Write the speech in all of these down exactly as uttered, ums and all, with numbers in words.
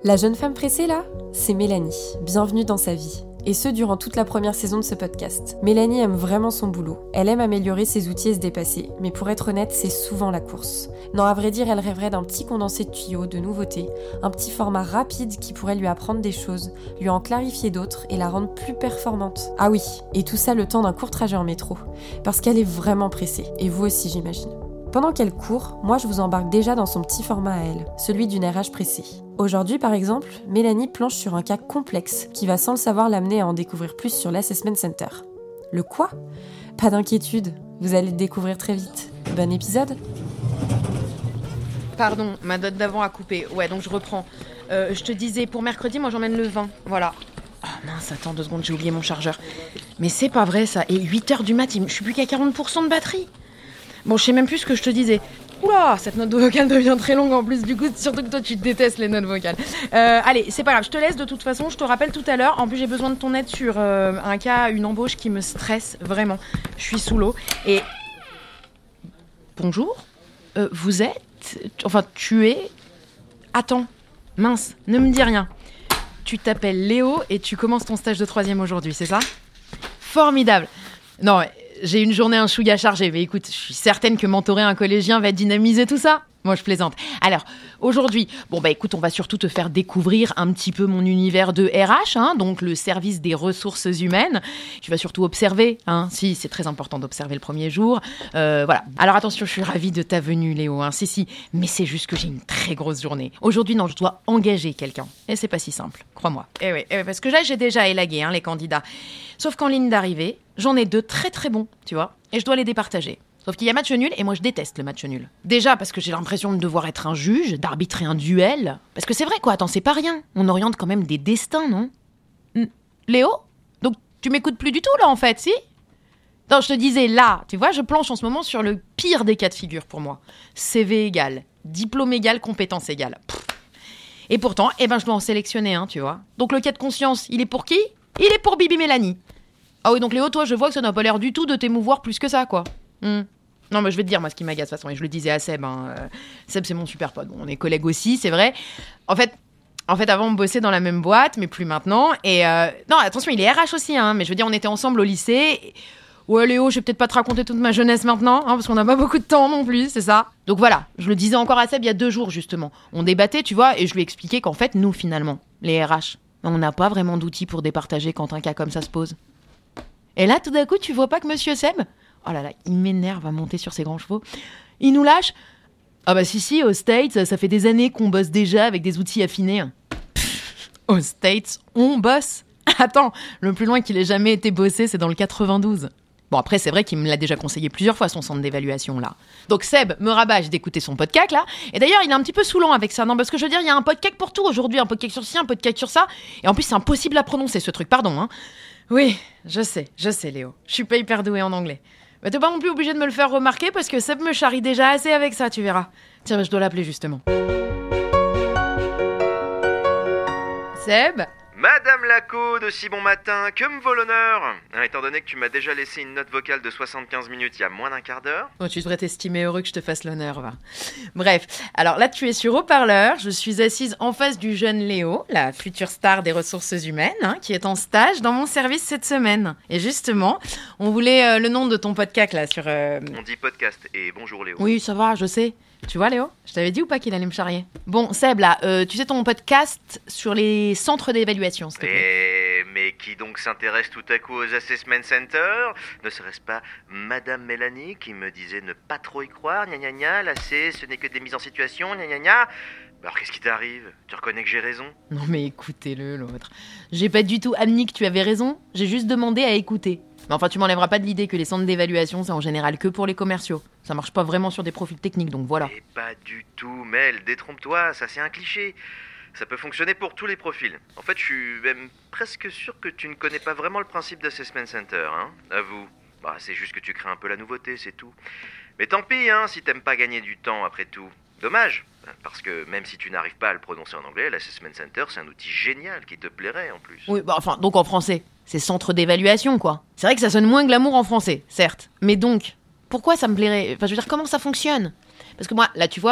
La jeune femme pressée là, c'est Mélanie. Bienvenue dans sa vie. Et ce, durant toute la première saison de ce podcast. Mélanie aime vraiment son boulot. Elle aime améliorer ses outils et se dépasser. Mais pour être honnête, c'est souvent la course. Non, à vrai dire, elle rêverait d'un petit condensé de tuyaux, de nouveautés. Un petit format rapide qui pourrait lui apprendre des choses, lui en clarifier d'autres et la rendre plus performante. Ah oui, et tout ça le temps d'un court trajet en métro. Parce qu'elle est vraiment pressée. Et vous aussi, j'imagine. Pendant qu'elle court, moi je vous embarque déjà dans son petit format à elle, celui d'une R H pressée. Aujourd'hui par exemple, Mélanie planche sur un cas complexe qui va sans le savoir l'amener à en découvrir plus sur l'Assessment Center. Le quoi ? Pas d'inquiétude, vous allez le découvrir très vite. Bon épisode ? Pardon, ma date d'avant a coupé. Ouais, donc je reprends. Euh, je te disais, pour mercredi, moi j'emmène le vin, voilà. Oh mince, attends deux secondes, j'ai oublié mon chargeur. Mais c'est pas vrai ça, et huit heures du mat', je suis plus qu'à quarante pour cent de batterie. Bon, je sais même plus ce que je te disais. Oula, cette note vocale devient très longue en plus, du coup, surtout que toi, tu détestes les notes vocales. Euh, allez, c'est pas grave, je te laisse de toute façon, je te rappelle tout à l'heure. En plus, j'ai besoin de ton aide sur euh, un cas, une embauche qui me stresse vraiment. Je suis sous l'eau et... Bonjour euh, Vous êtes... Enfin, tu es... Attends, mince, ne me dis rien. Tu t'appelles Léo et tu commences ton stage de troisième aujourd'hui, c'est ça ? Formidable. Non, mais... J'ai une journée un chouïa chargée, mais écoute, je suis certaine que mentorer un collégien va dynamiser tout ça. Moi, je plaisante. Alors, aujourd'hui, bon bah écoute, on va surtout te faire découvrir un petit peu mon univers de R H, hein, donc le service des ressources humaines. Tu vas surtout observer, hein, si, c'est très important d'observer le premier jour. Euh, voilà. Alors attention, je suis ravie de ta venue, Léo, hein, si, si, mais c'est juste que j'ai une très grosse journée. Aujourd'hui, non, je dois engager quelqu'un. Et c'est pas si simple, crois-moi. Eh oui, eh oui, parce que là, j'ai déjà élagué, hein, les candidats. Sauf qu'en ligne d'arrivée, j'en ai deux très très bons, tu vois, et je dois les départager. Sauf qu'il y a match nul, et moi je déteste le match nul. Déjà parce que j'ai l'impression de devoir être un juge, d'arbitrer un duel. Parce que c'est vrai quoi, attends, c'est pas rien. On oriente quand même des destins, non ? N- Léo ? Donc tu m'écoutes plus du tout là en fait, si ? Non, je te disais là, tu vois, je planche en ce moment sur le pire des cas de figure pour moi. C V égal, diplôme égal, compétence égale. Pff. Et pourtant, eh ben je dois en sélectionner un, tu vois. Donc le cas de conscience, il est pour qui ? Il est pour Bibi Mélanie. Ah oui, donc Léo, toi, je vois que ça n'a pas l'air du tout de t'émouvoir plus que ça, quoi. Hmm. Non, mais je vais te dire, moi, ce qui m'agace, de toute façon, et je le disais à Seb, hein, euh, Seb, c'est mon super pote. Bon, on est collègues aussi, c'est vrai. En fait, en fait, avant, on bossait dans la même boîte, mais plus maintenant. Et euh, non, attention, il est R H aussi, hein, mais je veux dire, on était ensemble au lycée. Et... Ouais, Léo, je vais peut-être pas te raconter toute ma jeunesse maintenant, hein, parce qu'on n'a pas beaucoup de temps non plus, c'est ça. Donc voilà, je le disais encore à Seb il y a deux jours, justement. On débattait, tu vois, et je lui expliquais qu'en fait, nous, finalement, les R H, on n'a pas vraiment d'outils pour départager quand un cas comme ça se pose. Et là, tout d'un coup, tu vois pas que Monsieur Seb, oh là là, il m'énerve à monter sur ses grands chevaux, il nous lâche. Ah bah si, si, aux States, ça fait des années qu'on bosse déjà avec des outils affinés. Pff, aux States, on bosse. Attends, le plus loin qu'il ait jamais été bossé, c'est dans le quatre-vingt-douze. Bon, après, c'est vrai qu'il me l'a déjà conseillé plusieurs fois, son centre d'évaluation, là. Donc Seb me rabâche d'écouter son podcast, là. Et d'ailleurs, il est un petit peu saoulant avec ça, non ? Parce que je veux dire, il y a un podcast pour tout aujourd'hui, un podcast sur ci, un podcast sur ça. Et en plus, c'est impossible à prononcer, ce truc, pardon, hein. Oui, je sais, je sais, Léo. Je suis pas hyper douée en anglais. Mais t'es pas non plus obligé de me le faire remarquer parce que Seb me charrie déjà assez avec ça, tu verras. Tiens, je dois l'appeler justement. Seb ? Madame Laco, de si bon matin, que me vaut l'honneur ? Étant donné que tu m'as déjà laissé une note vocale de soixante-quinze minutes il y a moins d'un quart d'heure. Oh, tu devrais t'estimer heureux que je te fasse l'honneur, va. Bref, alors là tu es sur haut-parleur, je suis assise en face du jeune Léo, la future star des ressources humaines, hein, qui est en stage dans mon service cette semaine. Et justement, on voulait euh, le nom de ton podcast là sur... Euh... On dit podcast et bonjour Léo. Oui, ça va, je sais. Tu vois Léo, je t'avais dit ou pas qu'il allait me charrier ? Bon, Seb, là, euh, tu sais ton podcast sur les centres d'évaluation, s'il te plaît. Et... Mais qui donc s'intéresse tout à coup aux Assessment Center ? Ne serait-ce pas Madame Mélanie qui me disait ne pas trop y croire, gna gna gna, là c'est, ce n'est que des mises en situation, gna gna gna. Alors qu'est-ce qui t'arrive ? Tu reconnais que j'ai raison ? Non mais écoutez-le, l'autre. J'ai pas du tout admis que tu avais raison, j'ai juste demandé à écouter. Mais enfin, tu m'enlèveras pas de l'idée que les centres d'évaluation, c'est en général que pour les commerciaux. Ça marche pas vraiment sur des profils techniques, donc voilà. Et pas du tout, Mel, détrompe-toi, ça c'est un cliché. Ça peut fonctionner pour tous les profils. En fait, je suis même presque sûr que tu ne connais pas vraiment le principe d'Assessment Center, hein. Avoue. Bah, c'est juste que tu crées un peu la nouveauté, c'est tout. Mais tant pis, hein, si t'aimes pas gagner du temps après tout. Dommage, parce que même si tu n'arrives pas à le prononcer en anglais, l'Assessment Center, c'est un outil génial qui te plairait en plus. Oui, bah enfin, donc en français. C'est centre d'évaluation, quoi. C'est vrai que ça sonne moins glamour en français, certes. Mais donc, pourquoi ça me plairait ? Enfin, je veux dire, comment ça fonctionne ? Parce que moi, là, tu vois,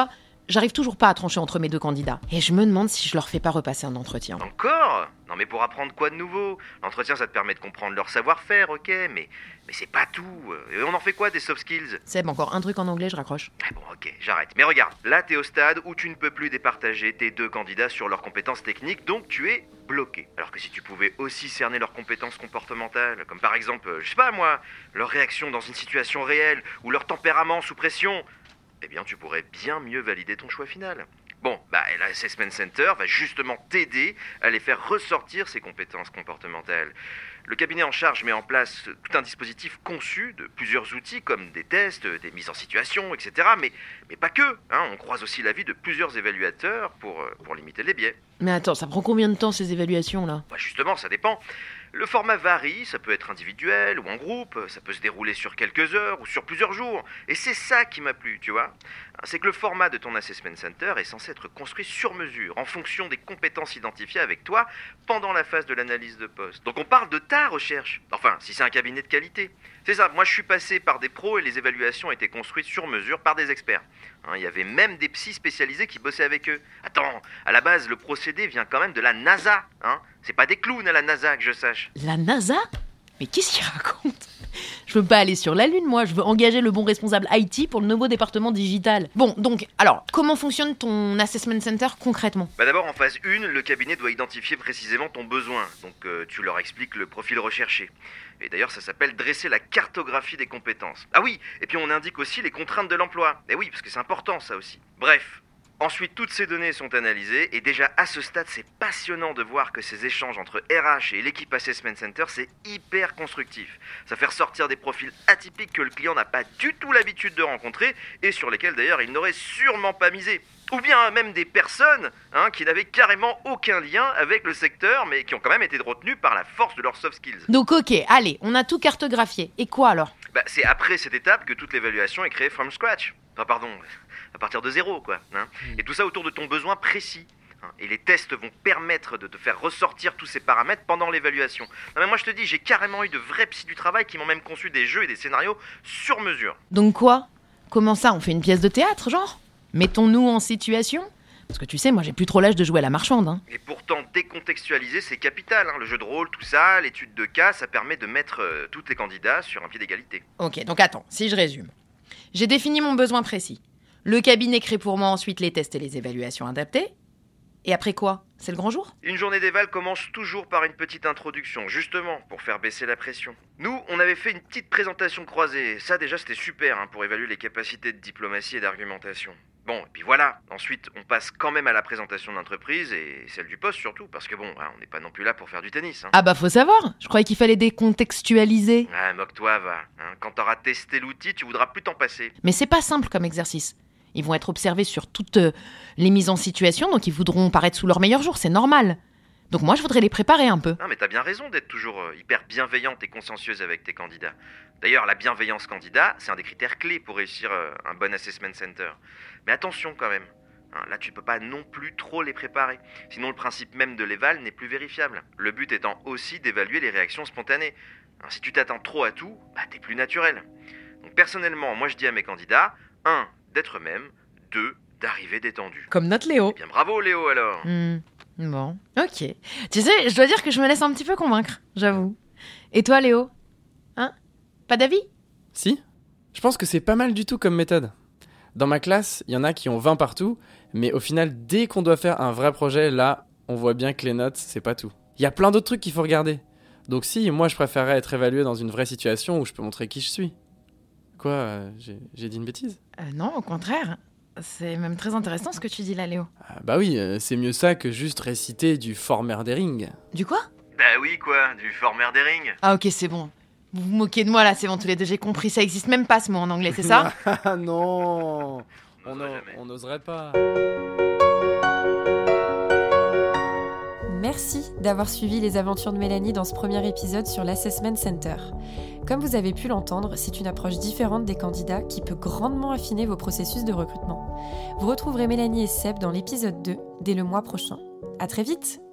j'arrive toujours pas à trancher entre mes deux candidats. Et je me demande si je leur fais pas repasser un entretien. Encore ? Non mais pour apprendre quoi de nouveau ? L'entretien ça te permet de comprendre leur savoir-faire, ok, mais, mais c'est pas tout. Et on en fait quoi des soft skills ? Seb, encore un truc en anglais, je raccroche. Ah bon ok, j'arrête. Mais regarde, là t'es au stade où tu ne peux plus départager tes deux candidats sur leurs compétences techniques, donc tu es bloqué. Alors que si tu pouvais aussi cerner leurs compétences comportementales, comme par exemple, je sais pas moi, leur réaction dans une situation réelle, ou leur tempérament sous pression, eh bien tu pourrais bien mieux valider ton choix final. Bon, bah l'Assessment Center va justement t'aider à les faire ressortir ces compétences comportementales. Le cabinet en charge met en place tout un dispositif conçu de plusieurs outils comme des tests, des mises en situation, et cetera. Mais, mais pas que, hein, on croise aussi l'avis de plusieurs évaluateurs pour, pour limiter les biais. Mais attends, ça prend combien de temps ces évaluations-là ? Bah justement, ça dépend. Le format varie, ça peut être individuel ou en groupe, ça peut se dérouler sur quelques heures ou sur plusieurs jours. Et c'est ça qui m'a plu, tu vois. C'est que le format de ton Assessment Center est censé être construit sur mesure, en fonction des compétences identifiées avec toi pendant la phase de l'analyse de poste. Donc on parle de ta recherche. Enfin, si c'est un cabinet de qualité. C'est ça, moi je suis passé par des pros et les évaluations étaient construites sur mesure par des experts. Hein, il y avait même des psys spécialisés qui bossaient avec eux. Attends, à la base, le procédé vient quand même de la NASA, hein. C'est pas des clowns à la NASA, que je sache. La NASA ? Mais qu'est-ce qu'il raconte ? Je veux pas aller sur la Lune, moi. Je veux engager le bon responsable I T pour le nouveau département digital. Bon, donc, alors, comment fonctionne ton Assessment Center concrètement ? Bah d'abord, en phase un, le cabinet doit identifier précisément ton besoin. Donc, euh, tu leur expliques le profil recherché. Et d'ailleurs, ça s'appelle dresser la cartographie des compétences. Ah oui, et puis on indique aussi les contraintes de l'emploi. Et oui, parce que c'est important, ça aussi. Bref. Ensuite, toutes ces données sont analysées et déjà à ce stade, c'est passionnant de voir que ces échanges entre R H et l'équipe Assessment Center, c'est hyper constructif. Ça fait ressortir des profils atypiques que le client n'a pas du tout l'habitude de rencontrer et sur lesquels d'ailleurs il n'aurait sûrement pas misé. Ou bien même des personnes hein, qui n'avaient carrément aucun lien avec le secteur mais qui ont quand même été retenues par la force de leurs soft skills. Donc ok, allez, on a tout cartographié. Et quoi alors ? Bah, c'est après cette étape que toute l'évaluation est créée from scratch. Enfin pardon, à partir de zéro quoi. Hein. Et tout ça autour de ton besoin précis. Hein. Et les tests vont permettre de te faire ressortir tous ces paramètres pendant l'évaluation. Non mais moi je te dis, j'ai carrément eu de vrais psys du travail qui m'ont même conçu des jeux et des scénarios sur mesure. Donc quoi ? Comment ça, on fait une pièce de théâtre, genre ? Mettons-nous en situation ? Parce que tu sais, moi j'ai plus trop l'âge de jouer à la marchande. Hein. Et pourtant, décontextualiser, c'est capital. Hein. Le jeu de rôle, tout ça, l'étude de cas, ça permet de mettre euh, tous les candidats sur un pied d'égalité. Ok, donc attends, si je résume. J'ai défini mon besoin précis. Le cabinet crée pour moi ensuite les tests et les évaluations adaptées. Et après quoi ? C'est le grand jour ? Une journée d'éval commence toujours par une petite introduction, justement, pour faire baisser la pression. Nous, on avait fait une petite présentation croisée. Ça, déjà, c'était super hein, pour évaluer les capacités de diplomatie et d'argumentation. Bon, et puis voilà. Ensuite, on passe quand même à la présentation de l'entreprise et celle du poste surtout, parce que bon, hein, on n'est pas non plus là pour faire du tennis. Hein. Ah bah faut savoir. Je croyais qu'il fallait décontextualiser. Ah, moque-toi, va. Hein. Quand t'auras testé l'outil, tu voudras plus t'en passer. Mais c'est pas simple comme exercice. Ils vont être observés sur toutes euh, les mises en situation, donc ils voudront paraître sous leur meilleur jour, c'est normal. Donc moi, je voudrais les préparer un peu. Non, mais t'as bien raison d'être toujours euh, hyper bienveillante et consciencieuse avec tes candidats. D'ailleurs, la bienveillance candidat, c'est un des critères clés pour réussir euh, un bon assessment center. Mais attention quand même. Hein, là, tu peux pas non plus trop les préparer. Sinon, le principe même de l'éval n'est plus vérifiable. Le but étant aussi d'évaluer les réactions spontanées. Hein, si tu t'attends trop à tout, bah t'es plus naturel. Donc personnellement, moi je dis à mes candidats, un, d'être eux-mêmes, deux, d'arriver détendu. Comme notre Léo. Eh bien bravo Léo alors. Mmh. Bon, ok. Tu sais, je dois dire que je me laisse un petit peu convaincre, j'avoue. Et toi Léo ? Hein ? Pas d'avis ? Si, je pense que c'est pas mal du tout comme méthode. Dans ma classe, il y en a qui ont vingt partout, mais au final, dès qu'on doit faire un vrai projet, là, on voit bien que les notes, c'est pas tout. Il y a plein d'autres trucs qu'il faut regarder. Donc si, moi je préférerais être évalué dans une vraie situation où je peux montrer qui je suis. Quoi, euh, j'ai, j'ai dit une bêtise ? euh, Non, au contraire. C'est même très intéressant ce que tu dis là, Léo. Ah, bah oui, euh, c'est mieux ça que juste réciter du Formerdering. Du quoi ? Bah oui quoi, du Formerdering. Ah ok, c'est bon. Vous vous moquez de moi là, c'est bon, tous les deux, j'ai compris. Ça existe même pas ce mot en anglais, c'est ça ? Ah non, On n'oserait jamais. on n'oserait pas. Merci d'avoir suivi les aventures de Mélanie dans ce premier épisode sur l'Assessment Center. Comme vous avez pu l'entendre, c'est une approche différente des candidats qui peut grandement affiner vos processus de recrutement. Vous retrouverez Mélanie et Seb dans l'épisode deux dès le mois prochain. À très vite!